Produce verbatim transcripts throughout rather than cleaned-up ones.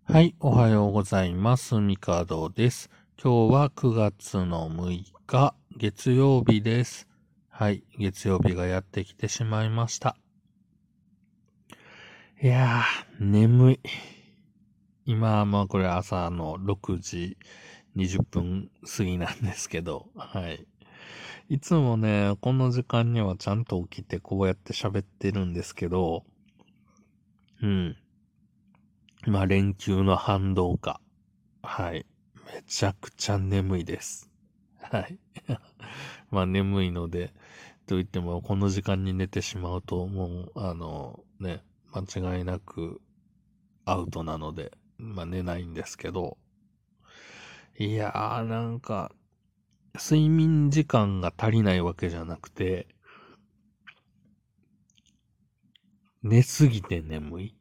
はい、おはようございます。ミカドです。今日はくがつのむいか、月曜日です。はい、月曜日がやってきてしまいました。いやー、眠い。今はまあこれ朝のろくじにじゅっぷん過ぎなんですけど、はい。いつもね、この時間にはちゃんと起きてこうやって喋ってるんですけど、うん。まあ連休の反動か。はい。めちゃくちゃ眠いです。はい。まあ眠いので、と言ってもこの時間に寝てしまうと、もう、あの、ね、間違いなくアウトなので、まあ寝ないんですけど、いやーなんか、睡眠時間が足りないわけじゃなくて、寝すぎて眠い。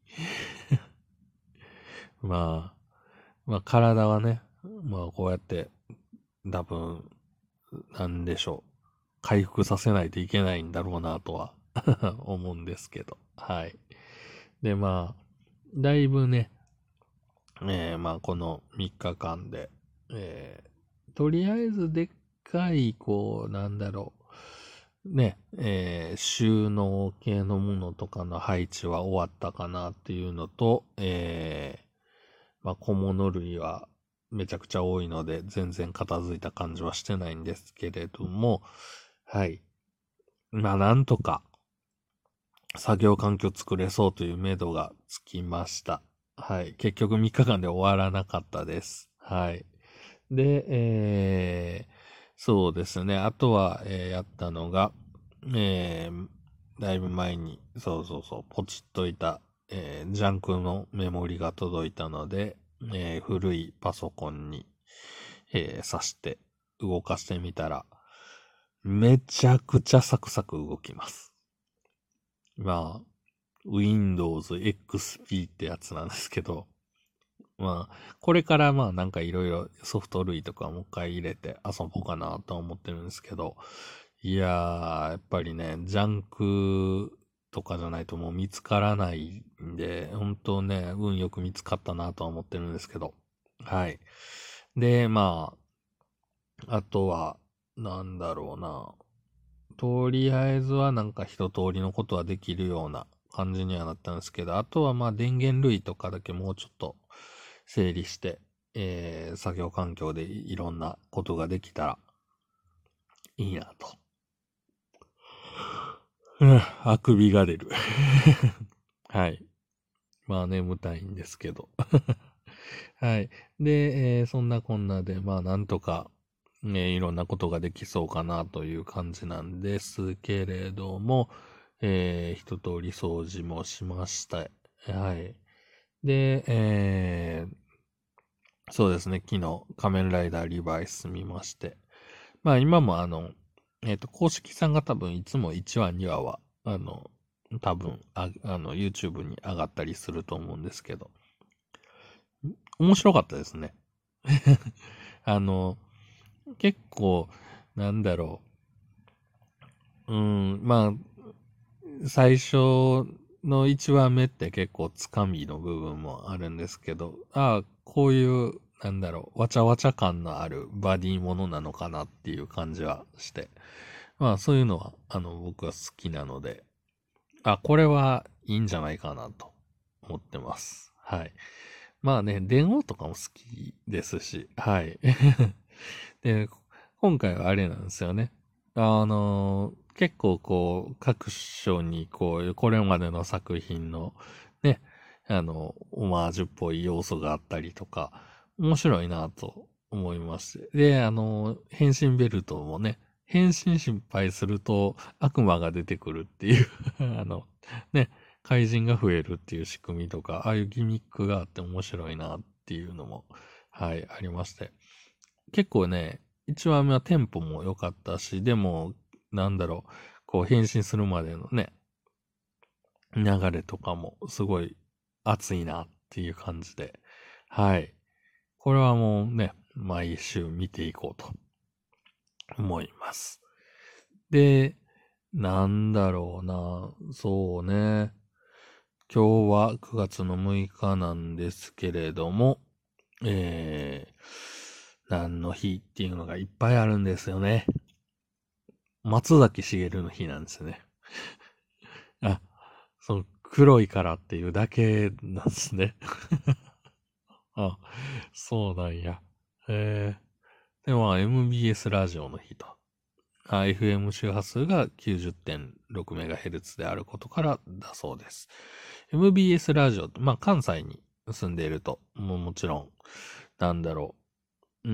まあ、まあ体はね、まあこうやって多分、なんでしょう。回復させないといけないんだろうなとは思うんですけど。はい。で、まあ、だいぶね、えー、まあこのみっかかんで、えー、とりあえずでっかい、こう、なんだろう、ね、えー、収納系のものとかの配置は終わったかなっていうのと、えー、まあ小物類はめちゃくちゃ多いので、全然片付いた感じはしてないんですけれども、はい。まあなんとか作業環境作れそうという目処がつきました。はい。結局みっかかんで終わらなかったです。はい。で、えー、そうですね。あとは、えーやったのが、えー、だいぶ前に、そうそうそう、ポチっといた、えー、ジャンクのメモリが届いたので、えー、古いパソコンに、えー、挿して動かしてみたら、めちゃくちゃサクサク動きます。まあ、Windows エックスピー ってやつなんですけど、まあ、これからまあなんかいろいろソフト類とかもう一回入れて遊ぼうかなと思ってるんですけど、いやー、やっぱりね、ジャンクとかじゃないともう見つからないんで、本当ね、運よく見つかったなとは思ってるんですけど、はい。で、まあ、あとは、なんだろうな。とりあえずはなんか一通りのことはできるような感じにはなったんですけど、あとはまあ電源類とかだけもうちょっと整理して、えー、作業環境でいろんなことができたらいいなと。うん、あくびが出る。はい。まあ眠たいんですけど。はい。で、えーそんなこんなで、まあなんとか、ね、いろんなことができそうかなという感じなんですけれども、えー、一通り掃除もしました。はい。で、えー、そうですね、昨日仮面ライダーリバイス見まして。まあ今もあの、えっ、と、公式さんが多分いつもいちわ、にわは、あの、多分あ、あの、YouTube に上がったりすると思うんですけど、面白かったですね。あの、結構、なんだろう。うん、まあ、最初のいちわめって結構つかみの部分もあるんですけど、ああ、こういう、なんだろう、わちゃわちゃ感のあるバディものなのかなっていう感じはして、まあそういうのは、あの、僕は好きなので、あ、これはいいんじゃないかなと思ってます。はい。まあね、電王とかも好きですし、はい。で、今回はあれなんですよね。あの、結構こう、各所にこういう、これまでの作品のね、あの、オマージュっぽい要素があったりとか、面白いなと思いまして。で、あの、変身ベルトもね、変身失敗すると悪魔が出てくるっていうあの、ね、怪人が増えるっていう仕組みとか、ああいうギミックがあって面白いなっていうのも、はい、ありまして。結構ね、一話目はテンポも良かったし、でも、なんだろう、こう変身するまでのね、流れとかもすごい熱いなっていう感じで、はい。これはもうね、毎週見ていこうと思います。で、なんだろうな、そうね。 今日はくがつのむいかなんですけれども、えー、何の日っていうのがいっぱいあるんですよね。松崎しげるの日なんですね。あ、その黒いからっていうだけなんですね。あ、そうなんや。えー、でも エムビーエス ラジオの日と。エフエム 周波数が きゅうじゅってんろくメガヘルツ であることからだそうです。エムビーエス ラジオって、まあ関西に住んでいると、もうもちろん、なんだろう。うん、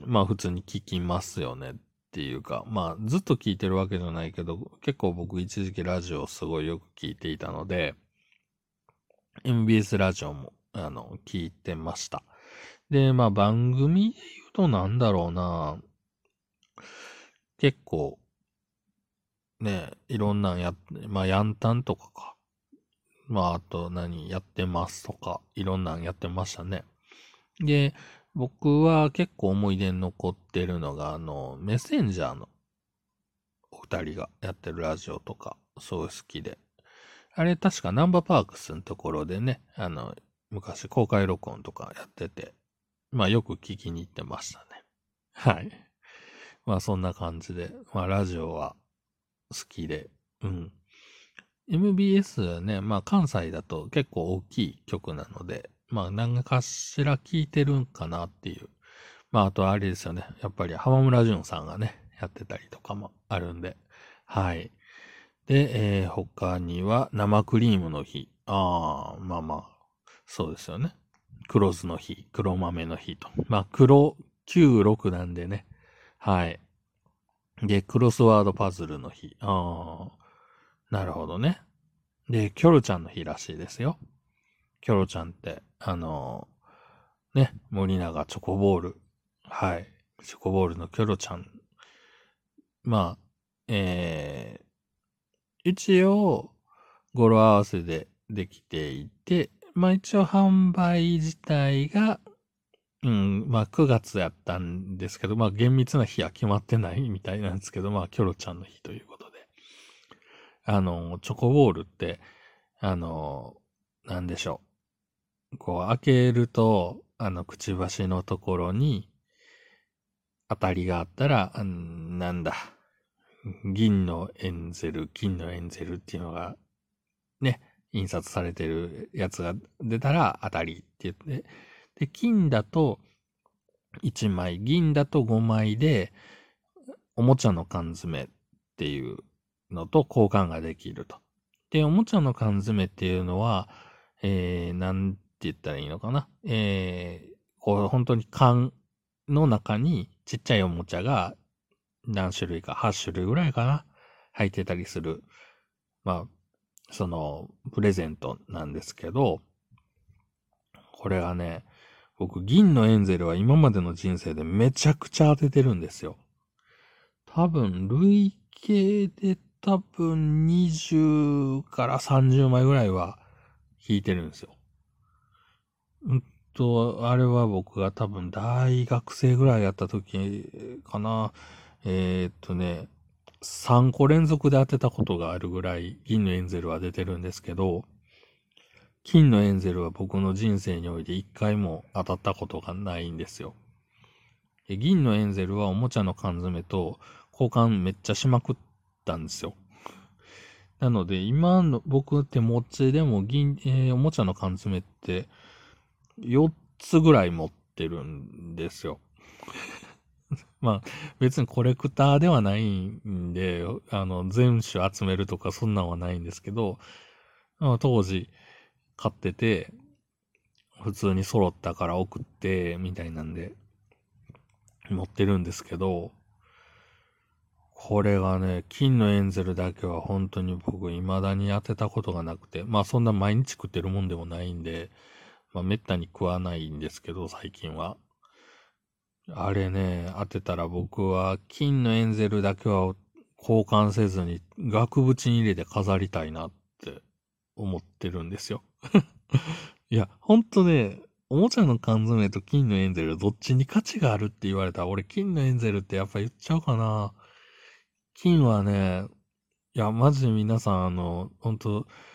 まあ普通に聞きますよねっていうか、まあずっと聞いてるわけじゃないけど、結構僕一時期ラジオをすごいよく聞いていたので、エムビーエス ラジオも、あの、聞いてました。で、まあ番組で言うとなんだろうな、結構、ね、いろんなんやって、まあヤンタンとかか。まああと何やってますとか、いろんなんやってましたね。で、僕は結構思い出に残ってるのが、あの、メッセンジャーのお二人がやってるラジオとか、すごい好きで。あれ確かナンバーパークスのところでね、あの、昔公開録音とかやってて、まあよく聞きに行ってましたね。はい。まあそんな感じで、まあラジオは好きで、うん。エムビーエス ね、まあ関西だと結構大きい曲なので、まあ何かしら聞いてるんかなっていう。まああとあれですよね。やっぱり浜村淳さんがね、やってたりとかもあるんで。はい。で、えー、他には生クリームの日。ああ、まあまあ、そうですよね。黒酢の日、黒豆の日と。まあ黒きゅうろくなんでね。はい。で、クロスワードパズルの日。ああ、なるほどね。で、キョロちゃんの日らしいですよ。キョロちゃんって、あのー、ね、森永チョコボール。はい。チョコボールのキョロちゃん。まあ、えー、一応、語呂合わせでできていて、まあ一応販売自体が、うん、まあくがつやったんですけど、まあ厳密な日は決まってないみたいなんですけど、まあキョロちゃんの日ということで。あの、チョコボールって、あの、なんでしょう。こう開けると、あの、くちばしのところに当たりがあったら、うん、なんだ。銀のエンゼル、金のエンゼルっていうのが、ね、印刷されてるやつが出たら当たりって言って、で、金だといちまい、銀だとごまいで、おもちゃの缶詰っていうのと交換ができると。で、おもちゃの缶詰っていうのは、えー、なんて言ったらいいのかな。えー、こう、本当に缶の中にちっちゃいおもちゃが何種類か、はち種類ぐらいかな。入ってたりする。まあ、その、プレゼントなんですけど、これがね、僕、銀のエンゼルは今までの人生でめちゃくちゃ当ててるんですよ。多分、累計で多分にじゅうからさんじゅうまいぐらいは引いてるんですよ。うんと、あれは僕が多分大学生ぐらいやった時かな。えー、っとね、さんこ連続で当てたことがあるぐらい銀のエンゼルは出てるんですけど、金のエンゼルは僕の人生において一回も当たったことがないんですよ。で銀のエンゼルはおもちゃの缶詰と交換めっちゃしまくったんですよ。なので今の僕手持ちでも銀、えーおもちゃの缶詰ってよっつぐらい持ってるんですよ。まあ別にコレクターではないんで、あの全種集めるとかそんなんはないんですけど、当時買ってて、普通に揃ったから送って、みたいなんで、持ってるんですけど、これがね、金のエンゼルだけは本当に僕未だに当てたことがなくて、まあそんな毎日食ってるもんでもないんで、まあめったに食わないんですけど、最近は。あれね、当てたら僕は金のエンゼルだけは交換せずに額縁に入れて飾りたいなって思ってるんですよ。いや、ほんとね、おもちゃの缶詰と金のエンゼルどっちに価値があるって言われたら俺金のエンゼルってやっぱ言っちゃうかな。金はね、いや、マジで皆さんあの、ほんと、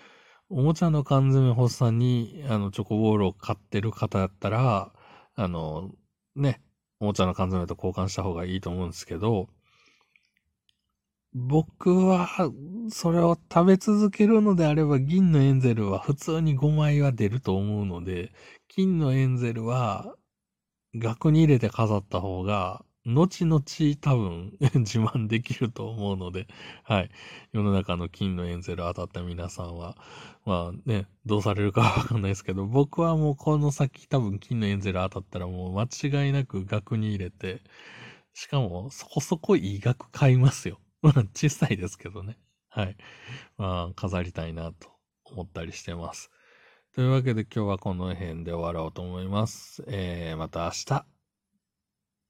おもちゃの缶詰欲しさに、あの、チョコボールを買ってる方だったら、あの、ね、おもちゃの缶詰と交換した方がいいと思うんですけど、僕は、それを食べ続けるのであれば、銀のエンゼルは普通にごまいは出ると思うので、金のエンゼルは、額に入れて飾った方が、後々多分自慢できると思うので、はい。世の中の金のエンゼル当たった皆さんは、まあね、どうされるかわかんないですけど、僕はもうこの先多分金のエンゼル当たったらもう間違いなく額に入れて、しかもそこそこいい額買いますよ。小さいですけどね。はい。まあ、飾りたいなと思ったりしてます。というわけで今日はこの辺で終わろうと思います。えー、また明日